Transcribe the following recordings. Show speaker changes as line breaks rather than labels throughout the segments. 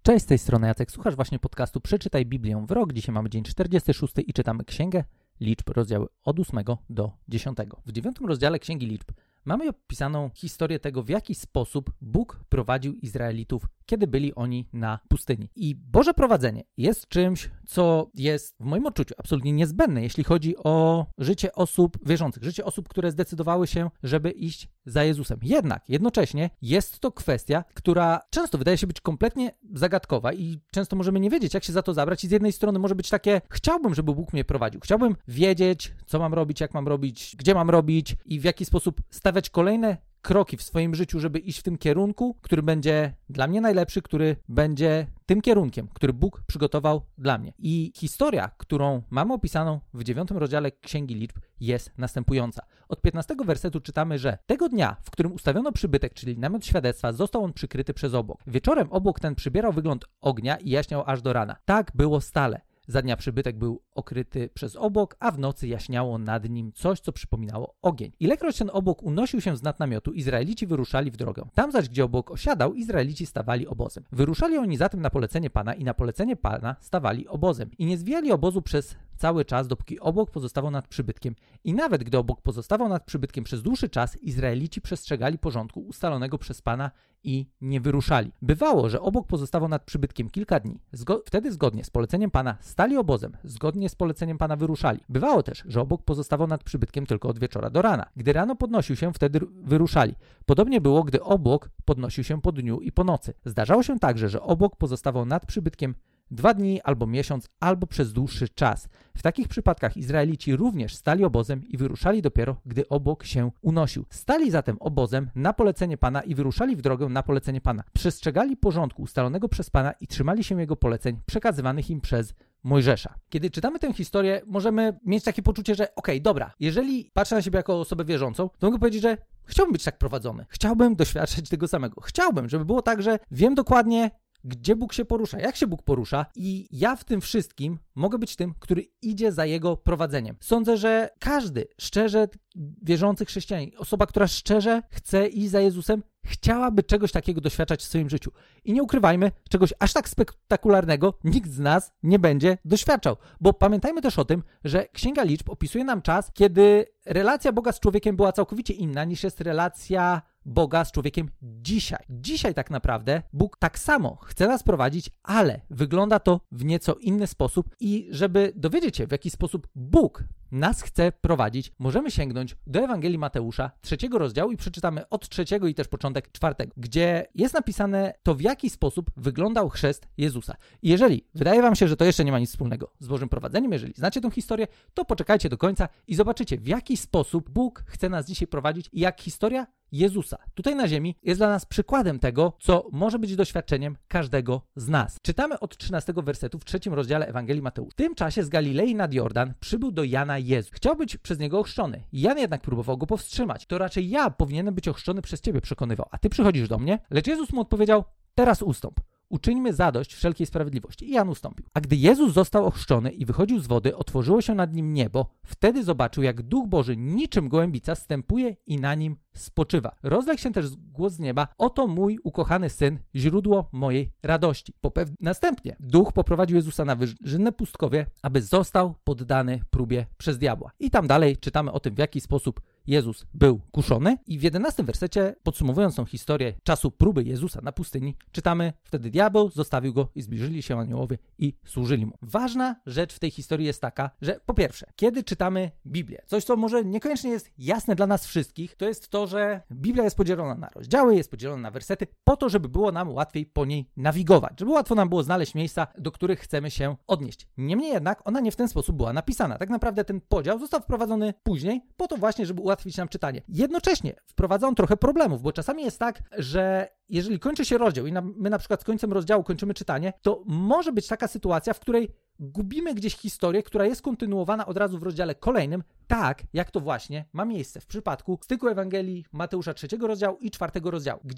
Cześć, z tej strony Jacek, słuchasz właśnie podcastu Przeczytaj Biblię w rok. Dzisiaj mamy dzień 46 i czytamy Księgę Liczb, rozdziały od 8 do 10. W 9 rozdziale Księgi Liczb mamy opisaną historię tego, w jaki sposób Bóg prowadził Izraelitów, kiedy byli oni na pustyni. I Boże prowadzenie jest czymś, co jest w moim odczuciu absolutnie niezbędne, jeśli chodzi o życie osób wierzących, życie osób, które zdecydowały się, żeby iść za Jezusem. Jednak jednocześnie jest to kwestia, która często wydaje się być kompletnie zagadkowa i często możemy nie wiedzieć, jak się za to zabrać. I z jednej strony może być takie, chciałbym, żeby Bóg mnie prowadził. Chciałbym wiedzieć, co mam robić, jak mam robić, gdzie mam robić i w jaki sposób stawiać kolejne kroki w swoim życiu, żeby iść w tym kierunku, który będzie dla mnie najlepszy, który będzie tym kierunkiem, który Bóg przygotował dla mnie. I historia, którą mamy opisaną w 9 rozdziale Księgi Liczb, jest następująca. Od 15 wersetu czytamy, że tego dnia, w którym ustawiono przybytek, czyli namiot świadectwa, został on przykryty przez obłok. Wieczorem obłok ten przybierał wygląd ognia i jaśniał aż do rana. Tak było stale. Za dnia przybytek był okryty przez obłok, a w nocy jaśniało nad nim coś, co przypominało ogień. Ilekroć ten obłok unosił się z nad namiotu, Izraelici wyruszali w drogę. Tam zaś, gdzie obłok osiadał, Izraelici stawali obozem. Wyruszali oni zatem na polecenie Pana i na polecenie Pana stawali obozem. I nie zwijali obozu przez cały czas, dopóki obłok pozostawał nad przybytkiem. I nawet gdy obłok pozostawał nad przybytkiem przez dłuższy czas, Izraelici przestrzegali porządku ustalonego przez Pana i nie wyruszali. Bywało, że obłok pozostawał nad przybytkiem kilka dni. Wtedy zgodnie z poleceniem Pana stali obozem, zgodnie z poleceniem Pana wyruszali. Bywało też, że obłok pozostawał nad przybytkiem tylko od wieczora do rana. Gdy rano podnosił się, wtedy wyruszali. Podobnie było, gdy obłok podnosił się po dniu i po nocy. Zdarzało się także, że obłok pozostawał nad przybytkiem 2 dni, albo miesiąc, albo przez dłuższy czas. W takich przypadkach Izraelici również stali obozem i wyruszali dopiero, gdy obłok się unosił. Stali zatem obozem na polecenie Pana i wyruszali w drogę na polecenie Pana. Przestrzegali porządku ustalonego przez Pana i trzymali się Jego poleceń przekazywanych im przez Mojżesza. Kiedy czytamy tę historię, możemy mieć takie poczucie, że dobra, jeżeli patrzę na siebie jako osobę wierzącą, to mogę powiedzieć, że chciałbym być tak prowadzony. Chciałbym doświadczać tego samego. Chciałbym, żeby było tak, że wiem dokładnie, gdzie Bóg się porusza, jak się Bóg porusza i ja w tym wszystkim mogę być tym, który idzie za Jego prowadzeniem. Sądzę, że każdy szczerze wierzący chrześcijanin, osoba, która szczerze chce iść za Jezusem, chciałaby czegoś takiego doświadczać w swoim życiu. I nie ukrywajmy, czegoś aż tak spektakularnego nikt z nas nie będzie doświadczał. Bo pamiętajmy też o tym, że Księga Liczb opisuje nam czas, kiedy relacja Boga z człowiekiem była całkowicie inna niż jest relacja Boga z człowiekiem dzisiaj. Dzisiaj tak naprawdę Bóg tak samo chce nas prowadzić, ale wygląda to w nieco inny sposób i żeby dowiedzieć się, w jaki sposób Bóg nas chce prowadzić, możemy sięgnąć do Ewangelii Mateusza, 3 rozdziału i przeczytamy od 3 i też początek 4, gdzie jest napisane to, w jaki sposób wyglądał chrzest Jezusa. I jeżeli wydaje wam się, że to jeszcze nie ma nic wspólnego z Bożym prowadzeniem, jeżeli znacie tę historię, to poczekajcie do końca i zobaczycie, w jaki sposób Bóg chce nas dzisiaj prowadzić i jak historia Jezusa tutaj na ziemi jest dla nas przykładem tego, co może być doświadczeniem każdego z nas. Czytamy od 13 wersetu w 3 rozdziale Ewangelii Mateusza. W tym czasie z Galilei nad Jordan przybył do Jana Jezus. Chciał być przez niego ochrzczony. Jan jednak próbował go powstrzymać. To raczej ja powinienem być ochrzczony przez ciebie, przekonywał, a ty przychodzisz do mnie? Lecz Jezus mu odpowiedział, teraz ustąp. Uczyńmy zadość wszelkiej sprawiedliwości. I Jan ustąpił. A gdy Jezus został ochrzczony i wychodził z wody, otworzyło się nad nim niebo. Wtedy zobaczył, jak Duch Boży niczym gołębica zstępuje i na nim spoczywa. Rozległ się też głos z nieba, oto mój ukochany Syn, źródło mojej radości. Następnie Duch poprowadził Jezusa na wyżynne pustkowie, aby został poddany próbie przez diabła. I tam dalej czytamy o tym, w jaki sposób Jezus był kuszony. I w 11 wersecie, podsumowując tą historię czasu próby Jezusa na pustyni, czytamy, wtedy diabeł zostawił go i zbliżyli się aniołowie i służyli mu. Ważna rzecz w tej historii jest taka, że po pierwsze, kiedy czytamy Biblię, coś co może niekoniecznie jest jasne dla nas wszystkich, to jest to, że Biblia jest podzielona na rozdziały, jest podzielona na wersety, po to, żeby było nam łatwiej po niej nawigować, żeby łatwo nam było znaleźć miejsca, do których chcemy się odnieść. Niemniej jednak ona nie w ten sposób była napisana. Tak naprawdę ten podział został wprowadzony później, po to właśnie, żeby ułatwić nam czytanie. Jednocześnie wprowadza on trochę problemów, bo czasami jest tak, że jeżeli kończy się rozdział i my na przykład z końcem rozdziału kończymy czytanie, to może być taka sytuacja, w której gubimy gdzieś historię, która jest kontynuowana od razu w rozdziale kolejnym, tak jak to właśnie ma miejsce w przypadku styku Ewangelii Mateusza 3 rozdziału i 4 rozdziału, gdzie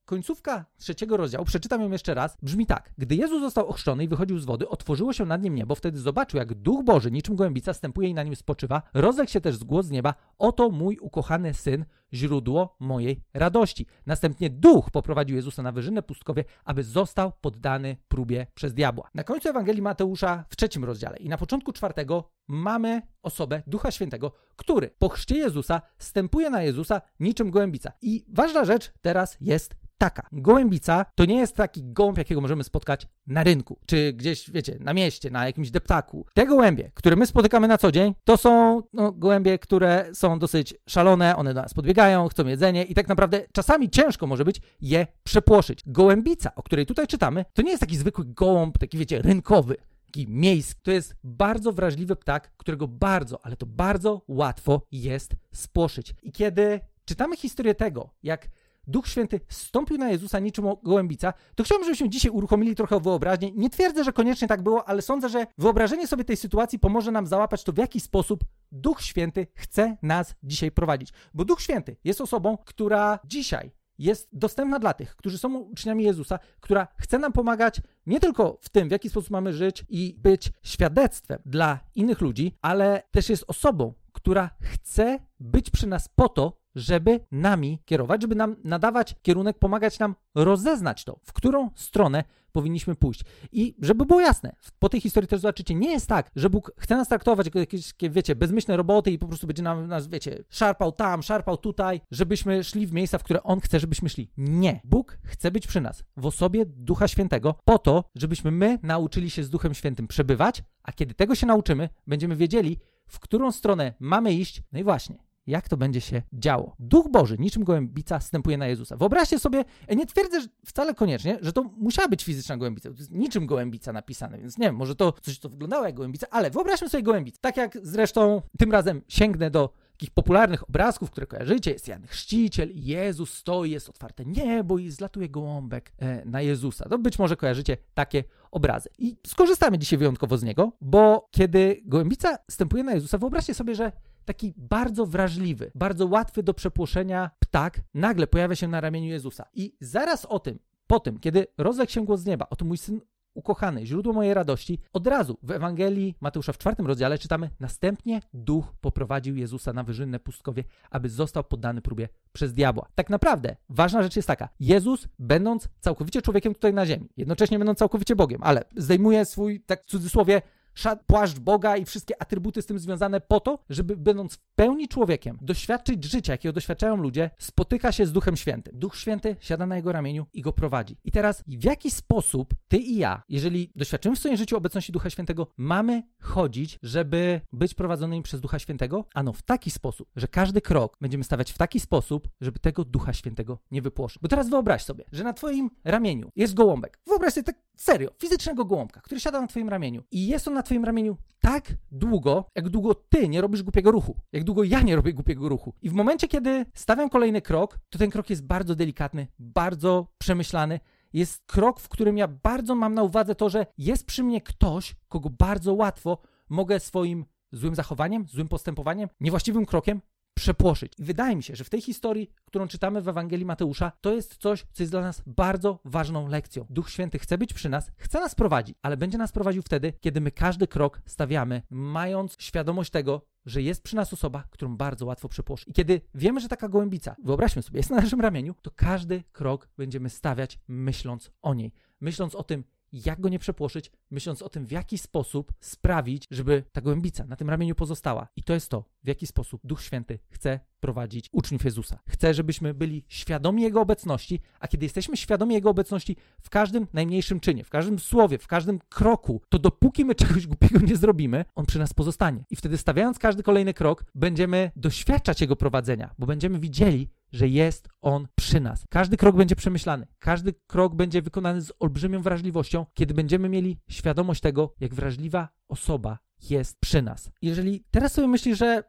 końcówka 3 rozdziału, przeczytam ją jeszcze raz, brzmi tak. Gdy Jezus został ochrzczony i wychodził z wody, otworzyło się nad nim niebo, wtedy zobaczył, jak Duch Boży niczym gołębica stępuje i na nim spoczywa. Rozległ się też głos z nieba, oto mój ukochany Syn, źródło mojej radości. Następnie Duch poprowadził Jezusa na wyżynę pustkowie, aby został poddany próbie przez diabła. Na końcu Ewangelii Mateusza w 3 rozdziale i na początku 4 mamy osobę Ducha Świętego, który po chrzcie Jezusa stępuje na Jezusa niczym gołębica. I ważna rzecz teraz jest taka. Gołębica to nie jest taki gołąb, jakiego możemy spotkać na rynku, czy gdzieś, wiecie, na mieście, na jakimś deptaku. Te gołębie, które my spotykamy na co dzień, to są gołębie, które są dosyć szalone, one do nas podbiegają, chcą jedzenie i tak naprawdę czasami ciężko może być je przepłoszyć. Gołębica, o której tutaj czytamy, to nie jest taki zwykły gołąb, taki, wiecie, rynkowy, taki miejski. To jest bardzo wrażliwy ptak, którego bardzo, ale to bardzo łatwo jest spłoszyć. I kiedy czytamy historię tego, jak Duch Święty zstąpił na Jezusa niczym gołębica, to chciałbym, żebyśmy dzisiaj uruchomili trochę wyobraźnię. Nie twierdzę, że koniecznie tak było, ale sądzę, że wyobrażenie sobie tej sytuacji pomoże nam załapać to, w jaki sposób Duch Święty chce nas dzisiaj prowadzić. Bo Duch Święty jest osobą, która dzisiaj jest dostępna dla tych, którzy są uczniami Jezusa, która chce nam pomagać nie tylko w tym, w jaki sposób mamy żyć i być świadectwem dla innych ludzi, ale też jest osobą, która chce być przy nas po to, żeby nami kierować, żeby nam nadawać kierunek, pomagać nam rozeznać to, w którą stronę powinniśmy pójść. I żeby było jasne, po tej historii też zobaczycie, nie jest tak, że Bóg chce nas traktować jako jakieś, wiecie, bezmyślne roboty i po prostu będzie nas, wiecie, szarpał tam, szarpał tutaj, żebyśmy szli w miejsca, w które On chce, żebyśmy szli. Nie. Bóg chce być przy nas w osobie Ducha Świętego po to, żebyśmy my nauczyli się z Duchem Świętym przebywać, a kiedy tego się nauczymy, będziemy wiedzieli, w którą stronę mamy iść. No i właśnie, jak to będzie się działo. Duch Boży niczym gołębica stępuje na Jezusa. Wyobraźcie sobie, nie twierdzę że wcale koniecznie, że to musiała być fizyczna gołębica. To jest niczym gołębica napisane, więc nie wiem, może to coś, co wyglądało jak gołębica, ale wyobraźmy sobie gołębicę. Tak jak zresztą tym razem sięgnę do takich popularnych obrazków, które kojarzycie. Jest Jan Chrzciciel i Jezus stoi, jest otwarte niebo i zlatuje gołąbek na Jezusa. To być może kojarzycie takie obrazy. I skorzystamy dzisiaj wyjątkowo z niego, bo kiedy gołębica stępuje na Jezusa, wyobraźcie sobie, że taki bardzo wrażliwy, bardzo łatwy do przepłoszenia ptak nagle pojawia się na ramieniu Jezusa. I zaraz po tym, kiedy rozległ się głos z nieba, oto mój Syn ukochany, źródło mojej radości, od razu w Ewangelii Mateusza w 4 rozdziale czytamy, następnie Duch poprowadził Jezusa na wyżynne pustkowie, aby został poddany próbie przez diabła. Tak naprawdę ważna rzecz jest taka, Jezus, będąc całkowicie człowiekiem tutaj na ziemi, jednocześnie będąc całkowicie Bogiem, ale zdejmuje swój, tak w cudzysłowie, płaszcz Boga i wszystkie atrybuty z tym związane po to, żeby będąc w pełni człowiekiem, doświadczyć życia, jakiego doświadczają ludzie, spotyka się z Duchem Świętym. Duch Święty siada na jego ramieniu i go prowadzi. I teraz w jaki sposób ty i ja, jeżeli doświadczymy w swoim życiu obecności Ducha Świętego, mamy chodzić, żeby być prowadzonymi przez Ducha Świętego? Ano w taki sposób, że każdy krok będziemy stawiać w taki sposób, żeby tego Ducha Świętego nie wypłoszyć. Bo teraz wyobraź sobie, że na twoim ramieniu jest gołąbek. Wyobraź sobie tak serio, fizycznego gołąbka, który siada na twoim ramieniu i jest on na twoim ramieniu tak długo, jak długo ty nie robisz głupiego ruchu, jak długo ja nie robię głupiego ruchu. I w momencie, kiedy stawiam kolejny krok, to ten krok jest bardzo delikatny, bardzo przemyślany. Jest krok, w którym ja bardzo mam na uwadze to, że jest przy mnie ktoś, kogo bardzo łatwo mogę swoim złym zachowaniem, złym postępowaniem, niewłaściwym krokiem przepłoszyć. I wydaje mi się, że w tej historii, którą czytamy w Ewangelii Mateusza, to jest coś, co jest dla nas bardzo ważną lekcją. Duch Święty chce być przy nas, chce nas prowadzić, ale będzie nas prowadził wtedy, kiedy my każdy krok stawiamy, mając świadomość tego, że jest przy nas osoba, którą bardzo łatwo przepłoszy. I kiedy wiemy, że taka gołębica, wyobraźmy sobie, jest na naszym ramieniu, to każdy krok będziemy stawiać myśląc o niej, myśląc o tym, jak go nie przepłoszyć, myśląc o tym, w jaki sposób sprawić, żeby ta gołębica na tym ramieniu pozostała. I to jest to, w jaki sposób Duch Święty chce prowadzić uczniów Jezusa. Chce, żebyśmy byli świadomi Jego obecności, a kiedy jesteśmy świadomi Jego obecności w każdym najmniejszym czynie, w każdym słowie, w każdym kroku, to dopóki my czegoś głupiego nie zrobimy, On przy nas pozostanie. I wtedy stawiając każdy kolejny krok, będziemy doświadczać Jego prowadzenia, bo będziemy widzieli, że jest On przy nas. Każdy krok będzie przemyślany, każdy krok będzie wykonany z olbrzymią wrażliwością, kiedy będziemy mieli świadomość tego, jak wrażliwa osoba jest przy nas. Jeżeli teraz sobie myślisz, że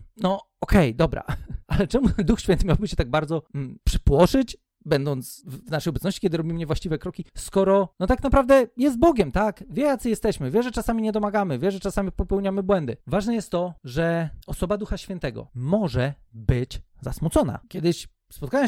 okej, dobra, ale czemu Duch Święty miałby się tak bardzo przypłoszyć, będąc w naszej obecności, kiedy robimy niewłaściwe kroki, skoro tak naprawdę jest Bogiem, tak? Wie, jacy jesteśmy, wie, że czasami nie domagamy, wie, że czasami popełniamy błędy. Ważne jest to, że osoba Ducha Świętego może być zasmucona. Kiedyś spotkałem się z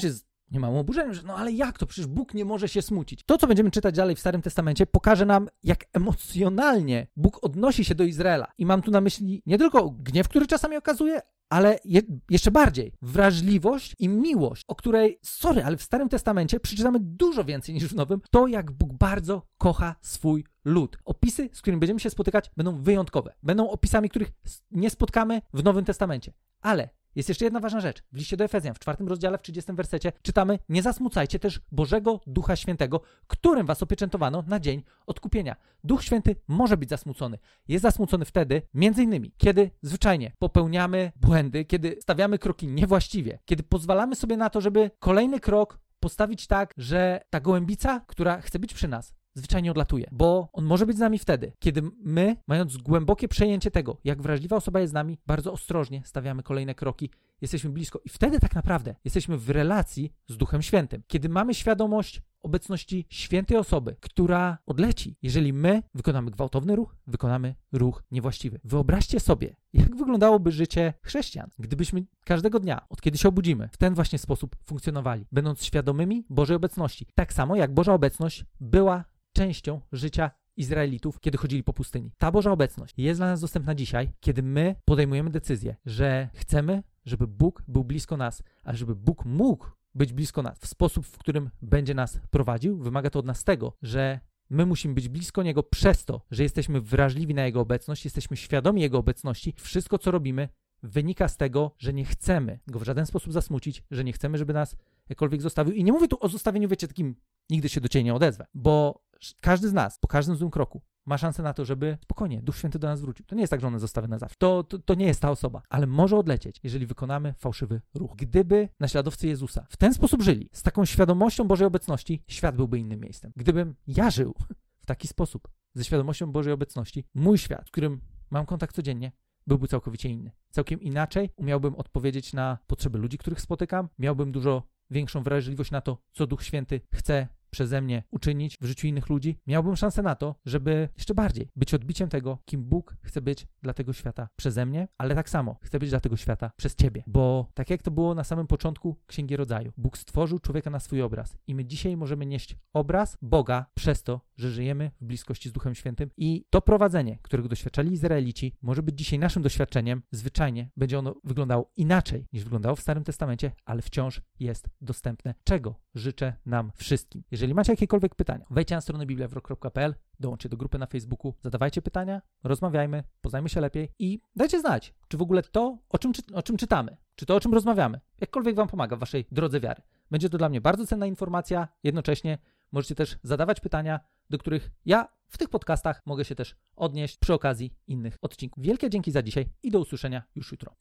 niemałym oburzeniem, że no ale jak to? Przecież Bóg nie może się smucić. To, co będziemy czytać dalej w Starym Testamencie, pokaże nam, jak emocjonalnie Bóg odnosi się do Izraela. I mam tu na myśli nie tylko gniew, który czasami okazuje, ale jeszcze bardziej wrażliwość i miłość, o której, ale w Starym Testamencie przeczytamy dużo więcej niż w Nowym, to jak Bóg bardzo kocha swój lud. Opisy, z którymi będziemy się spotykać, będą wyjątkowe. Będą opisami, których nie spotkamy w Nowym Testamencie. Ale jest jeszcze jedna ważna rzecz. W liście do Efezjan, w 4 rozdziale, w 30 wersecie czytamy: nie zasmucajcie też Bożego Ducha Świętego, którym was opieczętowano na dzień odkupienia. Duch Święty może być zasmucony. Jest zasmucony wtedy, między innymi, kiedy zwyczajnie popełniamy błędy, kiedy stawiamy kroki niewłaściwie, kiedy pozwalamy sobie na to, żeby kolejny krok postawić tak, że ta gołębica, która chce być przy nas, zwyczajnie odlatuje, bo on może być z nami wtedy, kiedy my, mając głębokie przejęcie tego, jak wrażliwa osoba jest z nami, bardzo ostrożnie stawiamy kolejne kroki, jesteśmy blisko i wtedy tak naprawdę jesteśmy w relacji z Duchem Świętym. Kiedy mamy świadomość obecności świętej osoby, która odleci, jeżeli my wykonamy gwałtowny ruch, wykonamy ruch niewłaściwy. Wyobraźcie sobie, jak wyglądałoby życie chrześcijan, gdybyśmy każdego dnia, od kiedy się obudzimy, w ten właśnie sposób funkcjonowali, będąc świadomymi Bożej obecności. Tak samo jak Boża obecność była częścią życia Izraelitów, kiedy chodzili po pustyni. Ta Boża obecność jest dla nas dostępna dzisiaj, kiedy my podejmujemy decyzję, że chcemy, żeby Bóg był blisko nas, a żeby Bóg mógł być blisko nas w sposób, w którym będzie nas prowadził. Wymaga to od nas tego, że my musimy być blisko Niego przez to, że jesteśmy wrażliwi na Jego obecność, jesteśmy świadomi Jego obecności. Wszystko, co robimy, wynika z tego, że nie chcemy Go w żaden sposób zasmucić, że nie chcemy, żeby nas jakkolwiek zostawił. I nie mówię tu o zostawieniu, wiecie, takim nigdy się do Ciebie nie odezwę, bo każdy z nas, po każdym złym kroku, ma szansę na to, żeby spokojnie Duch Święty do nas wrócił. To nie jest tak, że on nas zostawi na zawsze. To nie jest ta osoba, ale może odlecieć, jeżeli wykonamy fałszywy ruch. Gdyby naśladowcy Jezusa w ten sposób żyli, z taką świadomością Bożej obecności, świat byłby innym miejscem. Gdybym ja żył w taki sposób, ze świadomością Bożej obecności, mój świat, z którym mam kontakt codziennie, byłby całkowicie inny. Całkiem inaczej umiałbym odpowiedzieć na potrzeby ludzi, których spotykam, miałbym dużo większą wrażliwość na to, co Duch Święty chce przeze mnie uczynić w życiu innych ludzi. Miałbym szansę na to, żeby jeszcze bardziej być odbiciem tego, kim Bóg chce być dla tego świata przeze mnie, ale tak samo chce być dla tego świata przez Ciebie. Bo tak jak to było na samym początku Księgi Rodzaju, Bóg stworzył człowieka na swój obraz i my dzisiaj możemy nieść obraz Boga przez to, że żyjemy w bliskości z Duchem Świętym i to prowadzenie, którego doświadczali Izraelici, może być dzisiaj naszym doświadczeniem. Zwyczajnie będzie ono wyglądało inaczej niż wyglądało w Starym Testamencie, ale wciąż jest dostępne, czego życzę nam wszystkim. Jeżeli macie jakiekolwiek pytania, wejdźcie na stronę bibliawrok.pl, dołączcie do grupy na Facebooku, zadawajcie pytania, rozmawiajmy, poznajmy się lepiej i dajcie znać, czy w ogóle to, o czym czytamy, czy to, o czym rozmawiamy, jakkolwiek wam pomaga w waszej drodze wiary. Będzie to dla mnie bardzo cenna informacja, jednocześnie możecie też zadawać pytania, do których ja w tych podcastach mogę się też odnieść przy okazji innych odcinków. Wielkie dzięki za dzisiaj i do usłyszenia już jutro.